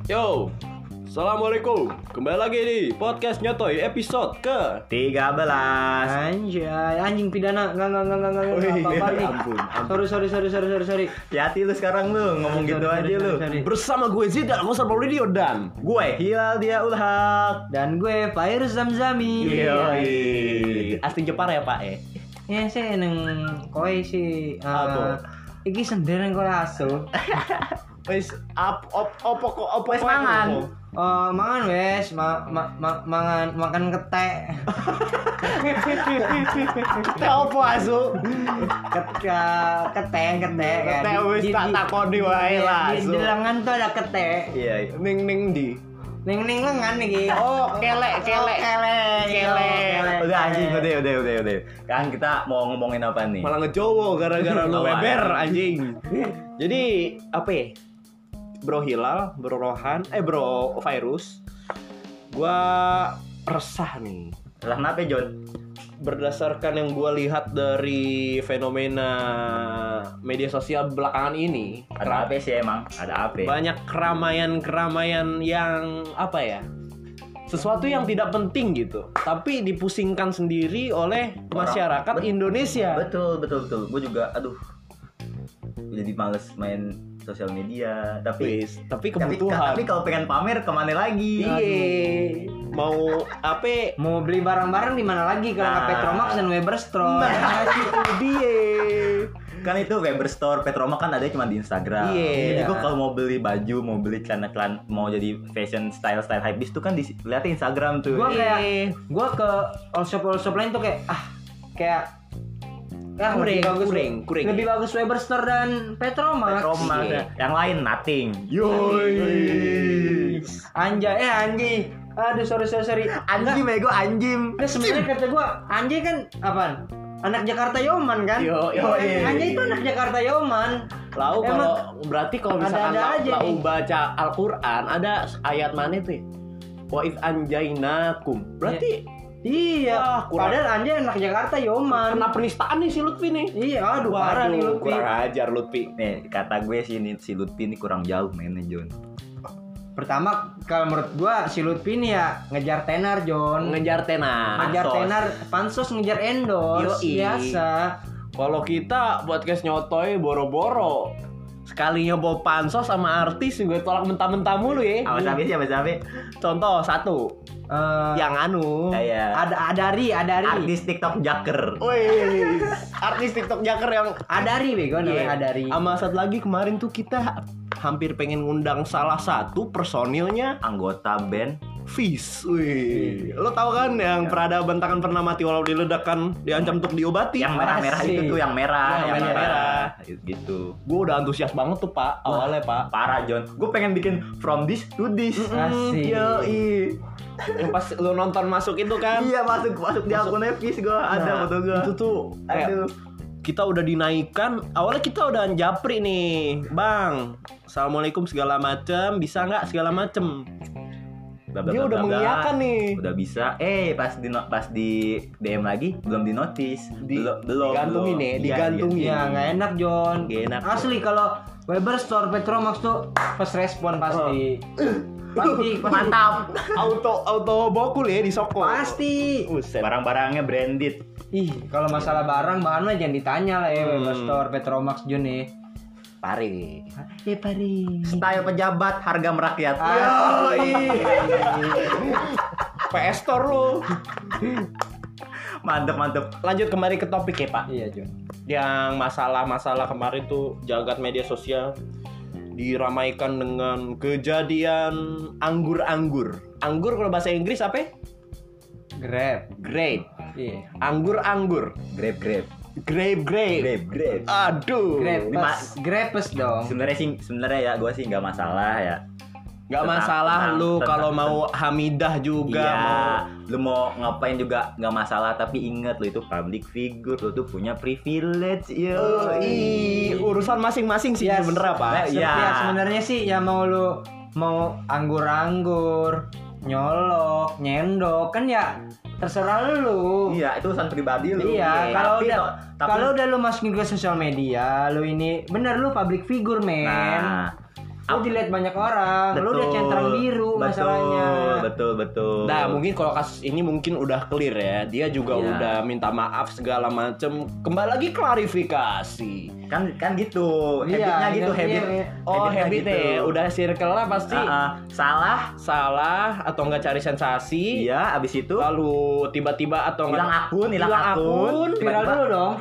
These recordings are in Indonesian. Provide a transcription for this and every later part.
Yo, Assalamualaikum. Kembali lagi di podcast Nyotoy episode ke 13. Anjay, anjing pidana. Enggak apa-apa nih. Ampun. Sorry. Hati lu sekarang lu ngomong gitu aja lu. bersama gue Zid dan Musar Radio dan Gue Hilal dia Ulhak. Dan gue Fairuz Zamzami. asli Jepara ya Pak Ya saya neng kowe si Apa? iki sendiri kowe asu. Wes opo Wes mangan. Oh, mangan wes, makan ketek. Ketek opo asu? Ketek kan. Ketek wis tak takoni wae lah. Di lengan tuh ada ketek. Iya. Ning di. Ning lengan iki. Oh, kelek. Udah anjing, udah. Kan kita mau ngomongin apa nih? Malah ngejowo gara-gara lu Apa? weber anjing. Jadi apa ya? Bro Hilal, Bro Rohan, Bro Virus. Gua resah nih. Lah kenapa John? Berdasarkan yang gua lihat dari fenomena media sosial belakangan ini, Ada apa sih emang? Ada apa? banyak keramaian yang apa ya? Sesuatu yang tidak penting gitu, tapi dipusingkan sendiri oleh masyarakat Indonesia. Betul. Gue juga jadi males main sosial media, tapi Tapi kebutuhan. tapi kalau pengen pamer kemana lagi? Iya. Mau apa? Mau beli barang-barang di mana lagi kalau nggak Nah. Petromax dan Weber Store? Itu dia. Kan itu Weber Store, Petroma kan ada cuma di Instagram. Iya. Jadi gue kalau mau beli baju, mau beli celana, mau jadi fashion style hypebeast tuh kan dilihat di Instagram tuh. Gua ke all shop lain tuh kayak Kurang. Lebih bagus Weber Store dan Petromax. Petroma, Iya. yang lain nothing. Anjing. Aduh, sorry. Anjing bego anjing. Nah, sebenarnya kata gua, anjing kan apaan? Anak Jakarta Yoman kan? Yo. Anjing itu anak Jakarta Yoman. Lalu berarti kalau misalkan Ada-ada aja lau nih. baca Al-Qur'an ada ayat mana tuh? Wa id anjainakum. Berarti Iya. Wah, kurang. Padahal anjing anak Jakarta Yoman. kena penistaan nih si Lutfi nih. Iya, aduh parah nih Lutfi. Kurang ajar Lutfi. Nih kata gue sih si Lutfi ini kurang jauh mainnya John. Pertama kalau menurut gua si Lutfi nih ya ngejar tenar, John. Ngejar tenar. Ngejar pansos. tenar, pansos ngejar endorse Yoi. biasa. Kalau kita podcast Nyotoy boro-boro sekalinya bawa pansos sama artis juga tolak mentah-mentah mulu ya. Apa sampai? Contoh satu, yang anu. Kayak Adari. artis TikTok jaker. Wih, artis TikTok jaker yang Adari bego namanya Adari. Sama satu lagi kemarin tuh kita hampir pengen ngundang salah satu personilnya Anggota band. Fizz. Wih, lo tau kan yang peradaban tangan pernah mati walau diledakkan, diancam untuk diobati. Yang merah-merah Asik. itu tuh yang merah, Yang merah. Gitu. Gue udah antusias banget tuh Pak, awalnya Pak. Parah John. Gue pengen bikin from this to this. Asik. Yoi. Yang pas lo nonton masuk itu kan. Iya masuk di akun Fis gue ada foto gue. Itu tuh kayak kita udah dinaikkan. Awalnya kita udah japri nih, Bang. Assalamualaikum segala macem, bisa nggak segala macem. Dia udah mengiyakan nih. Udah bisa. Pas di DM lagi belum di notice. Belum. Digantungin ya, digantungin. Ya nggak enak John. Nggak enak. Asli kalau Weber Store Petromax tuh pas respon pasti. Pasti Mantap. Auto bokul ya di Soko. Pasti. Buset. Barang-barangnya branded. Ih, kalau masalah barang mah jangan ditanya lah ya Weber Store Petromax John nih. Pari. Pari. Style pejabat, harga merakyat. PS Store lu. Mantep. Lanjut kembali ke topik ya Pak. Iya John. Yang masalah kemarin tuh jagat media sosial diramaikan dengan kejadian anggur. Anggur kalau bahasa Inggris apa? Grab. Grape. Iya. Anggur. Grape. Grape. Aduh. Grapes dong. Sebenarnya ya gue sih nggak masalah ya. Gak masalah lu kalau mau hamidah juga. Iya, lu mau ngapain juga nggak masalah, tapi ingat lu itu public figure, lu tuh punya privilege. Urusan masing-masing sih Ya, bener Pak. Iya. Ya sebenarnya sih ya mau anggur-anggur, nyolok, nyendok kan ya terserah lu. Iya, itu urusan pribadi lu. Iya, kalau Tapi udah lu masukin ke sosial media, lu ini bener lu public figure, men. nah, Lu dilihat banyak orang, lu udah centang biru masalahnya. Betul. Nah, mungkin kalau kasus ini mungkin udah clear ya. Dia juga udah minta maaf segala macem. Kembali lagi klarifikasi. Kan gitu. Habitnya gitu, habit. Habit gitu. ya. Udah circle lah pasti. Salah atau enggak cari sensasi. Iya, abis itu Lalu tiba-tiba atau hilang akun. Viral dulu dong.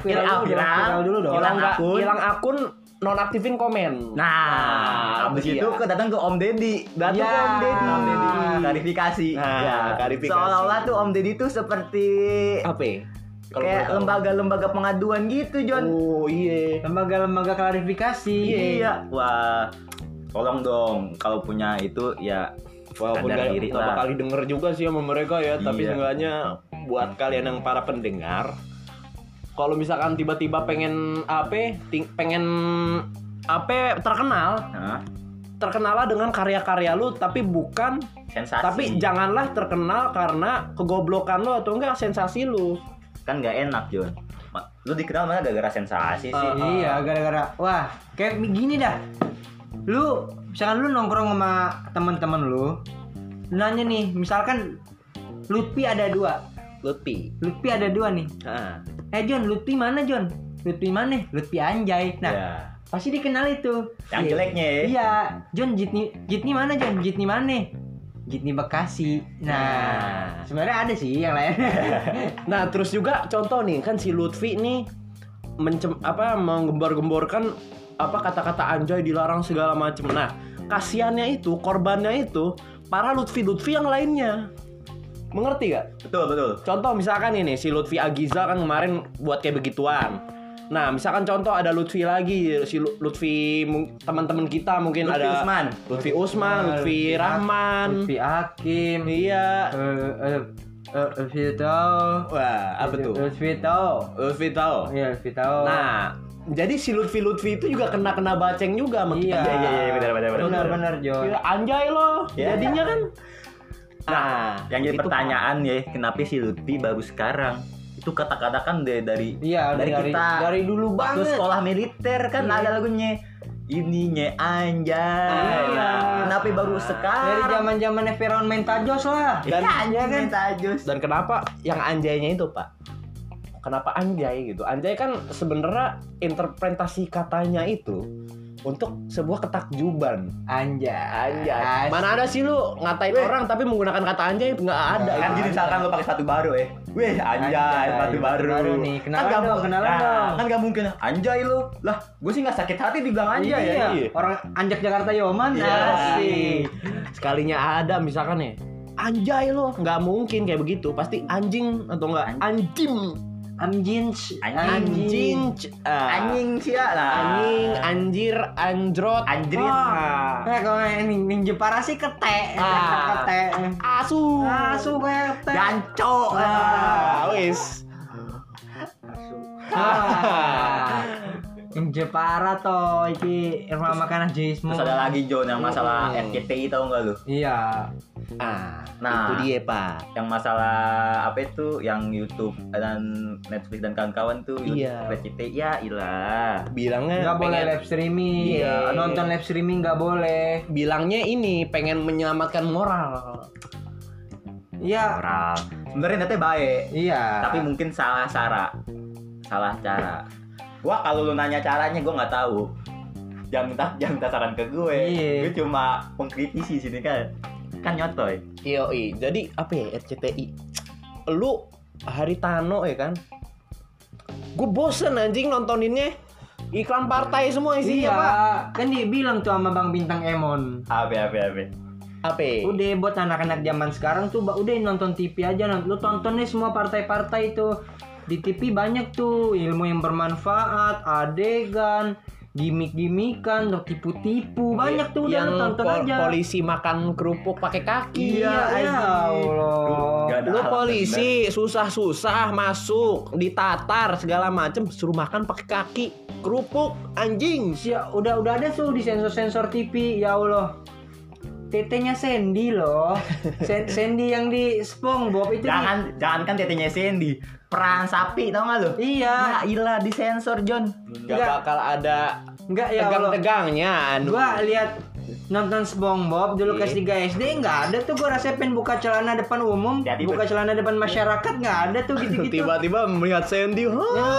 Hilang akun, nonaktifin komen. Nah, abis itu datang ke Om Deddy. Klarifikasi. Klarifikasi. Seolah-olah tuh Om Deddy tuh seperti apa ya? kayak lembaga-lembaga pengaduan gitu, John. Oh iya. Lembaga-lembaga klarifikasi. Iya. Wah, tolong dong kalau punya itu ya. Walaupun sadar gak diri berapa lah. kali denger juga sih sama mereka ya. Tapi Iya. seenggaknya buat kalian yang para pendengar, kalau misalkan tiba-tiba pengen terkenal, terkenalah dengan karya-karya lu, tapi bukan Sensasi. Tapi janganlah terkenal karena kegoblokan lu atau enggak sensasi lu. Kan nggak enak, John. Lu dikenal mana gara-gara sensasi sih? Iya, gara-gara wah, kayak gini dah. Lu misalkan lu nongkrong sama teman-teman lu, nanya nih, misalkan Lutfi ada 2. Lutfi. Lutfi ada 2 nih. John, Lutfi mana John? Lutfi mana? Lutfi Anjay. Nah, Ya. pasti dikenal itu. Yang jeleknya ya. Iya, John Jitni mana John? Jitni mana? Jitni Bekasi. Nah, sebenarnya ada sih yang lain. Nah, terus juga contoh nih, kan si Lutfi nih menggembar-gemborkan kata-kata anjay dilarang segala macem. Nah, kasiannya itu, korbannya itu para Lutfi yang lainnya. Mengerti gak? Betul. Contoh misalkan ini si Lutfi Agiza kan kemarin buat kayak begituan. Nah, misalkan contoh ada Lutfi lagi, si Lutfi teman-teman kita mungkin Lutfi ada Usman. Lutfi Lutfi Rahman, Lutfi Hakim. iya. Lutfi Tau. Wah, apa tuh? Lutfi Tau. Lutfi Tau. Iya, Lutfi Tau. Nah, jadi si Lutfi itu juga kena baceng juga sama kita. Iya, benar John. Ya, anjay loh. Iya. Jadinya kan. Nah, Yang jadi itu pertanyaan ya, kenapa si Lutfi baru sekarang? Itu kata-kata kan dari Iya, dari kita dari dulu waktu banget. sekolah militer kan ada lagunya ininya anjay. Iya. Kenapa baru Dari sekarang? zaman-zaman Firaun Mentajos lah. Dan- anjay kan tajus. Dan kenapa yang anjaynya itu, Pak? Kenapa anjay gitu? Anjay kan sebenarnya interpretasi katanya itu untuk sebuah ketakjuban. Anjay. Mana ada sih lu ngatain orang tapi menggunakan kata anjay? Nggak ada. Kan itu. jadi misalkan lo pakai sepatu baru weh anjay sepatu baru. baru nih. Kenalan nggak dong, mu- kenalan dong. Kan nggak mungkin anjay lo. Lah, gue sih nggak sakit hati dibilang anjay Iya. ya. Iya. Orang Anjak Jakarta Yoman. Iya. Asik. Sekalinya ada misalkan ya, anjay lo, nggak mungkin kayak begitu. Pasti anjing atau enggak anjing. Anjing. Anjing. Anjing sih ya lah. Anjing, anjir, anjrot, Anjrit. Wah. Kalau yang Jepara sih kete. Ah. Kete. Asu. Asu kete. Ganco. Wis. Yang Jepara toh iki rumah makanan Jismo. Terus ada lagi John yang masalah RCTI tahu nggak lu? Iya. Nah, Itu dia, Pak. Yang masalah apa itu yang YouTube dan Netflix dan kawan-kawan tuh Iya. RCTI ya ilah. Bilangnya Nggak boleh live streaming. Iya. Nonton live streaming nggak boleh. Bilangnya ini pengen menyelamatkan moral. Iya. Moral. Sebenarnya netnya baik, Iya. tapi mungkin salah cara. Gua kalau lu nanya caranya gua nggak tahu. Jangan minta saran ke gue. Iya. Gue cuma pengkritisi sini kan. Kan nyotoy. Yoi. Jadi apa ya RCTI? Lu Haritano ya kan? Gue bosen anjing nontoninnya. Iklan partai semua isinya, Iya. Pak. Kan dia bilang tuh sama Bang Bintang Emon. Apa. Apa? Udah buat anak-anak zaman sekarang tuh udah nonton TV aja. Lu tonton nih semua partai-partai itu. Di TV banyak tuh ilmu yang bermanfaat, adegan, gimmick-gimmickan, tipu-tipu, banyak tuh udah yang lu tonton aja. polisi makan kerupuk pakai kaki. Iya, ya Allah. Gak ada Lu alasan, polisi susah-susah masuk, ditatar segala macem, suruh makan pakai kaki, kerupuk, anjing. Ya udah ada tuh di sensor-sensor TV, ya Allah. Tetenya Sandy loh. Sandy yang di SpongeBob itu. Jangan kan tetenya Sandy. Perang sapi tau gak lu? Iya. Ya ilah disensor John. Gak bakal ada Enggak ya Allah. tegang-tegangnya. Gua lihat nonton SpongeBob dulu kelas 3 SD nggak ada tuh gue rasa pengen buka celana depan umum, Jadi buka celana depan masyarakat nggak ada tuh gitu-gitu. Tiba-tiba melihat Sandy,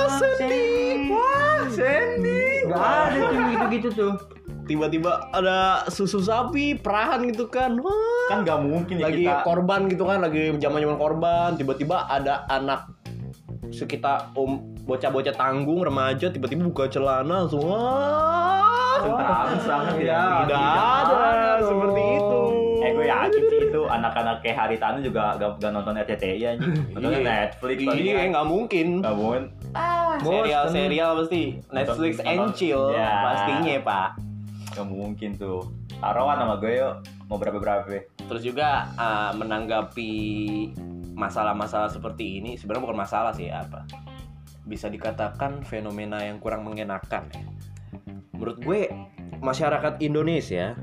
Sandy. Nggak ada tuh gitu-gitu tuh. Tiba-tiba ada susu sapi perahan gitu kan. Wah. Kan nggak mungkin ya Lagi kita korban gitu kan, lagi zaman-zaman korban, tiba-tiba ada anak sekitar bocah-bocah tanggung remaja tiba-tiba buka celana langsung terangsang tidak ada seperti itu. Gue yakin sih itu anak-anak kayak Haritano juga gak nonton RCTI aja. Nontonnya Netflix paling. Iya, nggak mungkin. Gak mungkin. Serial pasti Netflix and chill Ya. pastinya Pak. Gak mungkin tuh. Taruhan sama gue yuk. Mau berapa? Terus juga menanggapi masalah-masalah seperti ini, sebenarnya bukan masalah sih apa. Bisa dikatakan fenomena yang kurang mengenakan ya. Menurut gue masyarakat Indonesia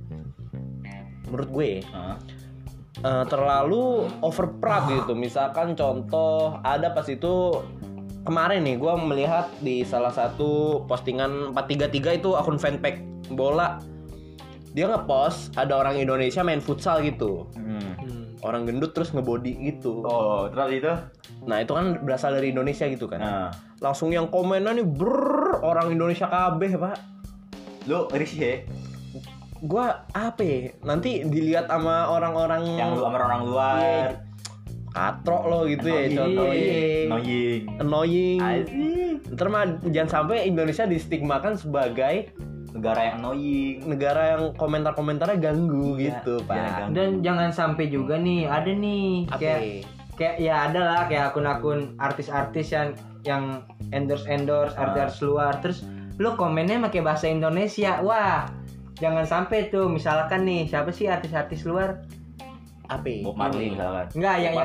terlalu over proud gitu. Misalkan contoh ada pas itu kemarin nih gue melihat di salah satu postingan 433 itu akun fanpage bola, dia ngepost ada orang Indonesia main futsal gitu. Orang gendut terus ngebody gitu. Oh, terus itu? Nah itu kan berasal dari Indonesia gitu kan. Nah. Langsung yang komennya nih orang Indonesia kabeh Pak. Lu risih ya? Gua apa ya? Nanti dilihat sama orang-orang Yang lu sama orang luar. katrok lo gitu ya contohnya. Annoying. Ntar mah jangan sampai Indonesia distigmakan sebagai negara yang annoying, negara yang komentar-komentarnya ganggu gitu Pak. Dan jangan sampai juga nih ada nih kayak ya ada lah kayak akun-akun artis-artis yang endorse artis luar, terus lu komennya pakai bahasa Indonesia. Wah, jangan sampai tuh misalkan nih siapa sih artis-artis luar? Apa? Bob Marley misalkan. Enggak, yang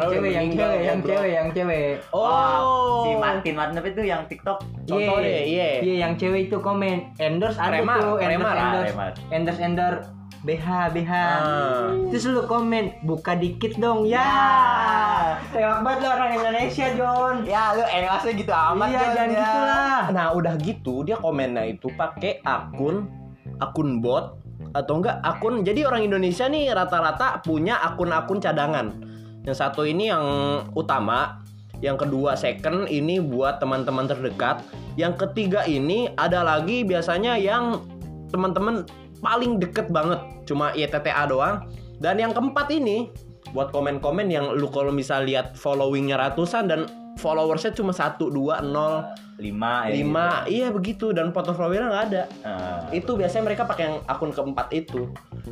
cewek. Oh, si Martin apa itu yang TikTok? Contoh deh, Iya, yang cewek itu komen endorse ada tuh, endorse BH. Terus lu komen buka dikit dong ya. Tewak banget lu orang Indonesia, John. Ya, lu enaknya gitu amat. Iya, jangan gitulah. Nah, udah gitu dia komennya itu pakai akun bot atau enggak akun. Jadi orang Indonesia nih rata-rata punya akun-akun cadangan. Yang satu ini yang utama, yang kedua second ini buat teman-teman terdekat, yang ketiga ini ada lagi biasanya yang teman-teman paling deket banget, cuma YTTA doang. Dan yang keempat ini buat komen-komen yang lu kalau misal lihat followingnya ratusan dan followersnya cuma 1, 2, 0, 5 iya begitu, dan foto profilnya nggak ada. Itu biasanya mereka pakai yang akun keempat itu.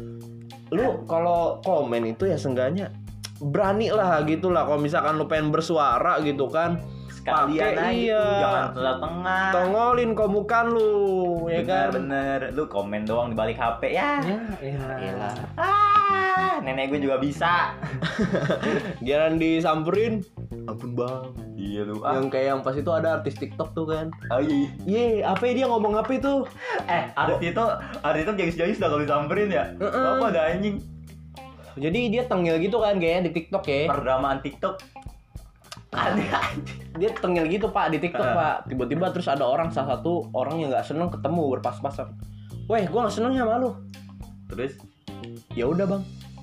Lu kalau komen itu ya seenggaknya berani lah gitu lah. Kalau misalkan lu pengen bersuara gitu kan, sekalian aja iya. Jangan tengah-tengah. Tongolin komukan lu, ya kan? Bener, lu komen doang di balik HP ya. Iyalah. Nenek gue juga bisa. Jangan disamperin. Ampun bang. Iya lu. Yang kayak yang pas itu ada artis TikTok tuh kan. Oh iya. Ye, apa ya dia ngomong apa itu? Artis itu jayus-jayus udah kalau disamperin ya. Apa ada anjing? Jadi dia tengil gitu kan kayaknya di TikTok ya. Perdramaan TikTok. Dia tengil gitu Pak di TikTok Pak. Tiba-tiba terus ada salah satu orang yang nggak seneng ketemu berpas-pasan. Weh, gue nggak seneng ya sama lu. Terus? Ya udah bang.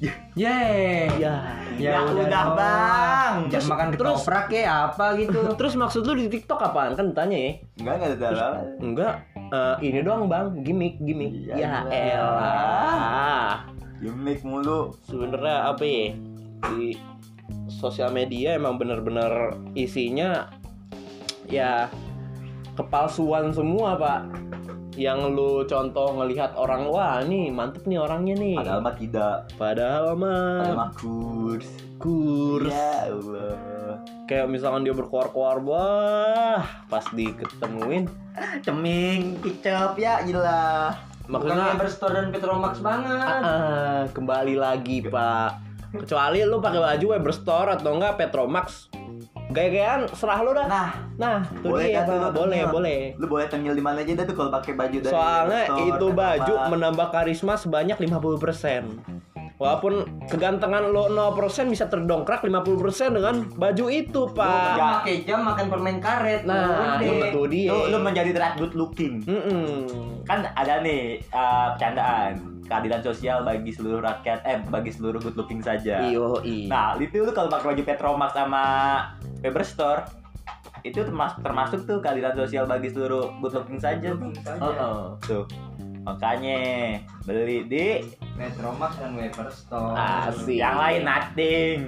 Ya udah bang. Jangan makan ketoprak ya apa gitu. Terus maksud lu di TikTok apaan? Kan ditanya ya. Enggak ada. Enggak. Ini doang bang. Gimmick. Ya elah. Gimmick mulu. Sebenarnya apa ya? Di sosial media emang bener-bener isinya ya kepalsuan semua Pak. Yang lu contoh ngelihat orang, wah nih mantep nih orangnya nih. Padahal mah tidak. Padahal mah kurs. Ya Allah. Kayak misalkan dia berkoar-koar, wah pas diketemuin ceming, kicap ya gila. Makanya Everstore dan Petromax banget. Kembali lagi Pak. Kecuali lu pakai baju Everstore atau enggak Petromax. Gaya-gayaan serah lu dah. Nah, tuh boleh dia kan, Pak. Boleh. Lu boleh tengil di mana aja dah tuh kalau pakai baju dari Soalnya Everstore, itu baju Petromax. menambah karisma sebanyak 50%. Walaupun kegantengan lo 0% bisa terdongkrak 50% dengan baju itu, Pak. Pakai jam makan permen karet. Nah, itu dia. Lu menjadi terlihat good looking. Kan ada nih bercandaan keadilan sosial bagi seluruh rakyat, bagi seluruh good looking saja. Nah, itu lu kalau pakai baju Petromax sama Weber Store itu termasuk tuh keadilan sosial bagi seluruh good looking saja. Tuh. Makanya beli di Petromax dan Weber Store. Asik. Yang lain nothing.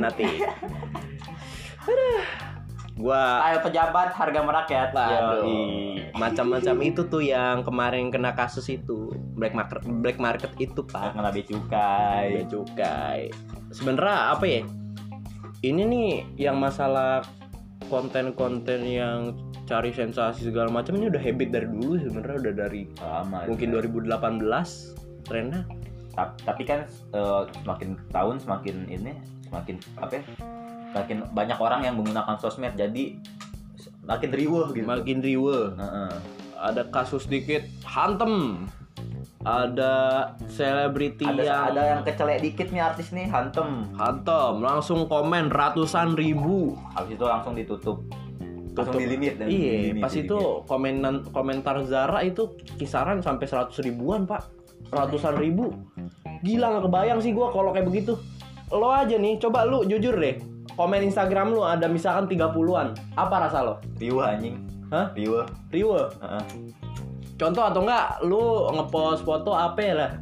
Gua Ayo pejabat harga merakyat. macam-macam itu tuh yang kemarin kena kasus itu black market itu, Pak. Kena bea cukai. Sebenarnya apa ya? Ini nih yang masalah konten-konten yang cari sensasi segala macam ini udah habit dari dulu sebenarnya, udah dari mungkin 2018 trennya. Tapi kan semakin tahun semakin banyak orang yang menggunakan sosmed, jadi makin riweuh gitu. Ada kasus dikit hantem, ada selebriti ada yang kecelek dikit nih artis nih hantem langsung komen ratusan ribu, habis itu langsung ditutup. Langsung di limit. Iya, pas itu komentar Zara itu kisaran sampai 100 ribuan, Pak. Ratusan ribu. Gila, nggak kebayang sih gue kalau kayak begitu. Lo aja nih, coba lu jujur deh. Komen Instagram lu ada misalkan 30-an. Apa rasa lo? Riweuh anjing. Hah? Riweuh. Contoh atau enggak lu ngepost foto apa lah.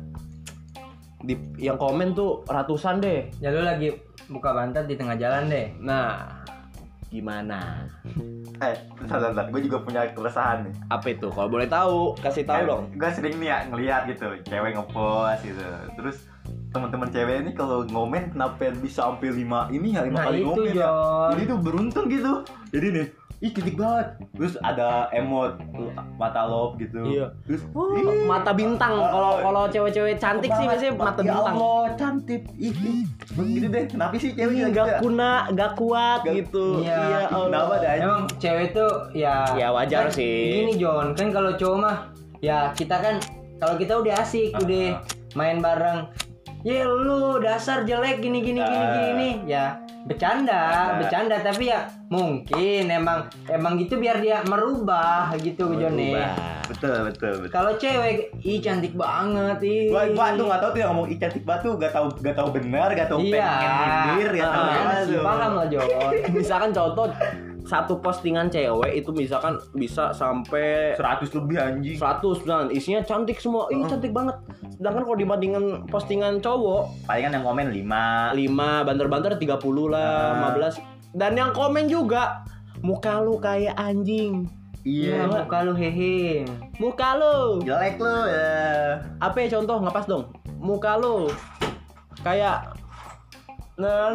Yang komen tuh ratusan deh. Ya lu lagi buka pantat di tengah jalan deh. Nah, gimana? Bentar, gue juga punya keresahan nih. Apa itu? Kalau boleh tahu, kasih tahu dong. Gue sering nih ya ngelihat gitu, cewek ngepost gitu. Terus teman-teman cewek ini kalau ngomen kenapa bisa sampai 5 kali ngomen ya? Jadi tuh beruntung gitu. Jadi nih, ih titik banget. Terus ada emot mata love gitu. Iya. Terus mata bintang. Kalau cewek-cewek cantik sih biasanya mata ya bintang. Allah, cantik. Begitu deh. Kenapa sih cewek Gak kuat gitu. Iya. Kenapa dah? Emang cewek tuh ya wajar kan, sih. Gini John, kan kalau cowok mah ya kita kan kalau kita udah asik, udah main bareng. Ya lu dasar jelek gini ya bercanda tapi ya mungkin emang gitu biar dia merubah gitu John nih. Betul. Kalau cewek cantik banget Gua tuh enggak tahu tuh yang ngomong cantik banget tuh enggak tahu benar, enggak tahu pengen nyindir ya tahu. Paham lah John. Misalkan contoh satu postingan cewek itu misalkan bisa sampai 100 lebih anjing. 100 dan isinya cantik semua. Ih, cantik banget. Sedangkan kalau dibandingkan postingan cowok, palingan yang komen 5, banter-banter 30 lah, 15. Dan yang komen juga, muka lu kayak anjing. Iya, muka lu hehe. Muka lu jelek lu ya. Apa ya contoh? Nggak pas dong. Muka lu kayak ya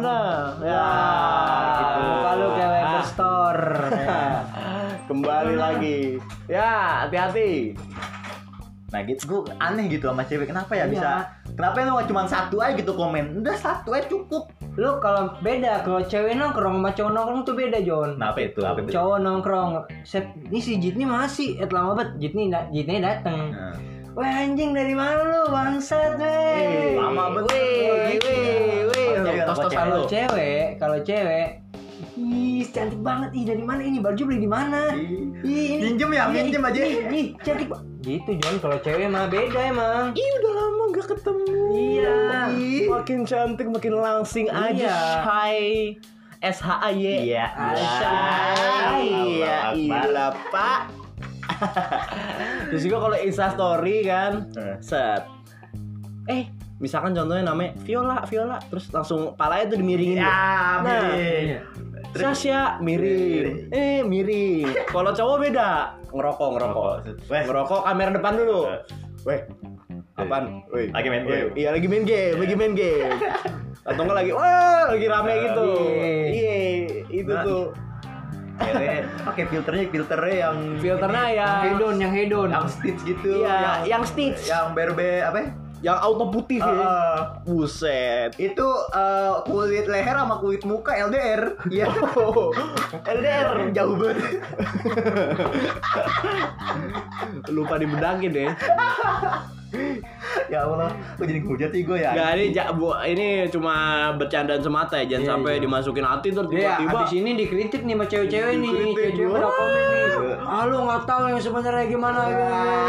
gitu. Muka lu kayak Weber Store. Kembali lagi. Ya, hati-hati. Nah gitu, gue aneh gitu sama cewek. Kenapa ya bisa? Kenapa lu cuma satu aja gitu komen? Udah satu aja cukup. Lu kalau beda, kalau cewek nongkrong sama cowok nongkrong tuh beda John. Nah, apa itu? Cowok nongkrong, ini si Jitni masih, lama banget Jitni dateng. Wah anjing dari mana lu bangsat weh. Lama banget. Kalau cewek ih cantik banget, dari mana ini baju beli di mana? Minjem aja. Ih cantik banget. Gitu John, kalau cewek mah beda emang. Ih udah lama gak ketemu. Iya. Makin cantik makin langsing aja. Shy. SHY. Iya. Iya Pak. Terus juga kalau Insta story kan, set. Misalkan contohnya namanya Viola, terus langsung palanya tuh dimiringin. Ya, miring. Sasha miring. Miring. Kalau cowok beda, ngerokok kamera depan dulu. Weh. Apaan? Lagi main game. Iya, lagi main game. Atau enggak lagi rame gitu. Iya, itu tuh. Pakai filternya yang hedon. Yang stitch gitu. Iya, yang stitch. Yang berbe apa? Yang auto putih ya. Buset. Itu kulit leher sama kulit muka LDR. Iya. LDR jauh banget. Lupa dibedakin deh. Ya Allah, kok jadi hujat sih gue ya? Gak, ini cuma bercandaan semata ya, jangan sampai dimasukin hati terus tiba-tiba. Abis ini dikritik nih sama cewek-cewek nih, cewek-cewek pada komen nih. Lu nggak tahu yang sebenarnya gimana ya?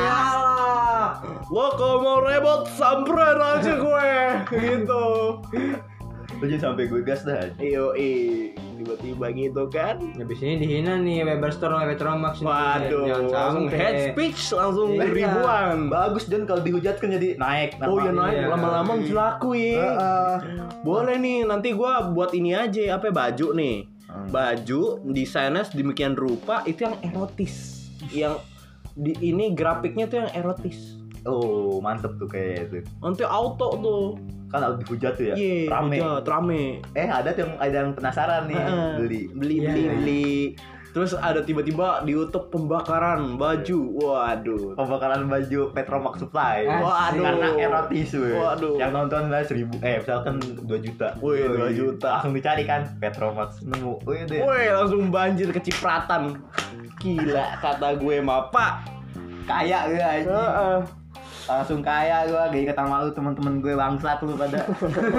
Lo kalau mau rebot samperin aja gue, gitu. Lu jangan sampai gue gas dah. Tiba-tiba gitu kan. Habis ini dihina nih Weberstore sama Petromax. Waduh, langsung head speech langsung ribuan. Bagus dan kalau dihujat kan jadi naik. Oh ya naik, lama-lama selaku ya. Boleh nih, nanti gua buat ini aja, baju nih. Baju desainnya sedemikian rupa itu yang erotis. Yang di ini grafiknya tuh yang erotis. Oh, mantep tuh kayak itu. Nanti auto tuh. Kan dihujat tuh ya. Iya, rame. Ada yang penasaran nih, beli. Terus ada tiba-tiba di YouTube pembakaran baju. Waduh. Pembakaran baju Petromax Supply. Waduh. Karena erotis we. Waduh. Yang nonton 1.000, misalkan 2 juta. Wih, 2 juta. Langsung dicari kan Petromax nemu. Wih, langsung banjir kecipratan. Gila kata gue mah, Pak. Kaya gue aja. Langsung kaya gue, gak inget sama lu temen-temen gue bangsat lu pada.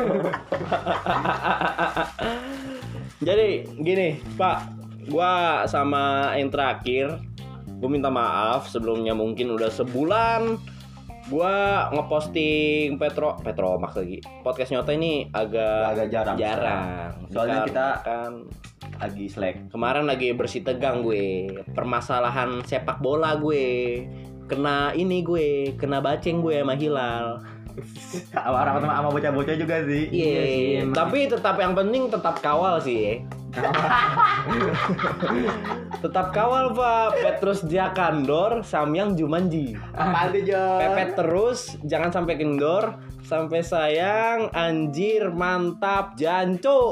Jadi gini Pak, gue sama yang terakhir, gue minta maaf sebelumnya, mungkin udah sebulan gue ngeposting Petromax lagi. Podcast Nyota ini agak jarang. Soalnya kita kan lagi slack. Kemarin lagi bersih tegang gue, permasalahan sepak bola gue. Kena baceng gue sama Hilal. Sama bocah-bocah juga sih. Iya. Tapi tetap yang penting tetap kawal sih. Tetap kawal Pak. Petrus Jakandor, Samyang Jumanji. Apaan tuh Jo? Pepet terus, jangan sampai kendor. Sampai sayang, anjir, mantap, janco.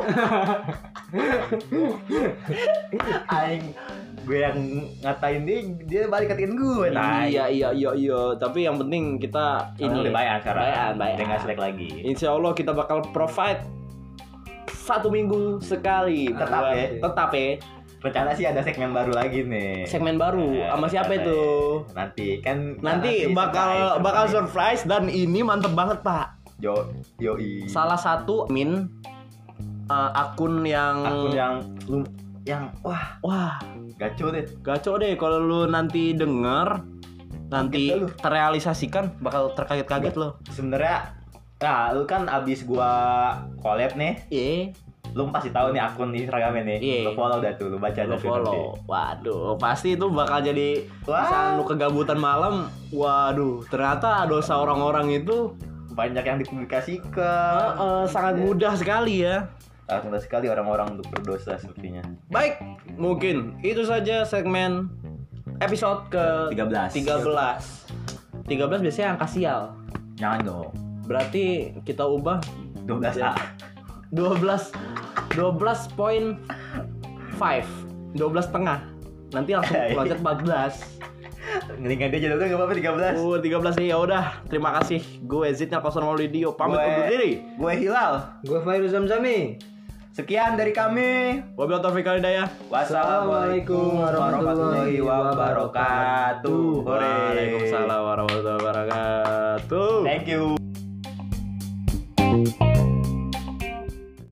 Aing gue yang ngatain dia balik ngatain gue. Nah, iya. Tapi yang penting kita ini udah bayar sekarang. Bayar. Udah nggak selek lagi. Insya Allah kita bakal provide 1 minggu sekali. Tetap ya. Rencana sih ada segmen baru lagi nih. Segmen baru sama siapa itu? Nanti bakal surprise dan ini mantep banget Pak. Yoi. Salah satu akun yang wah gaco deh kalau lu nanti denger, nanti terrealisasikan bakal terkaget-kaget lo. Sebenarnya lu kan abis gua collab nih. Lu pasti tahu nih akun Instagramnya nih. Lu follow dah tuh, lu baca dah tuh. Waduh, pasti itu bakal jadi misalnya lu kegabutan malam. Waduh, ternyata dosa orang-orang itu banyak yang dipublikasikan. Sangat mudah sekali ya. Sangat mudah sekali orang-orang untuk berdosa sepertinya. Baik, mungkin itu saja segmen episode ke 13 biasanya angka sial. Jangan dong. Berarti kita ubah 12A. 12.5 12 setengah. Nanti langsung loncat 14. Ngelingan dia jadi udah gak apa-apa 13. 13 nih, ya udah. Terima kasih. Gue Zidnya Koson Maulidio pamit undur diri. Gue Hilal. Gue Fairuz Zamzami. Sekian dari kami. Wabillahi taufiq wal hidayah. Wassalamualaikum warahmatullahi wabarakatuh. Waalaikumsalam warahmatullahi wabarakatuh. Thank you.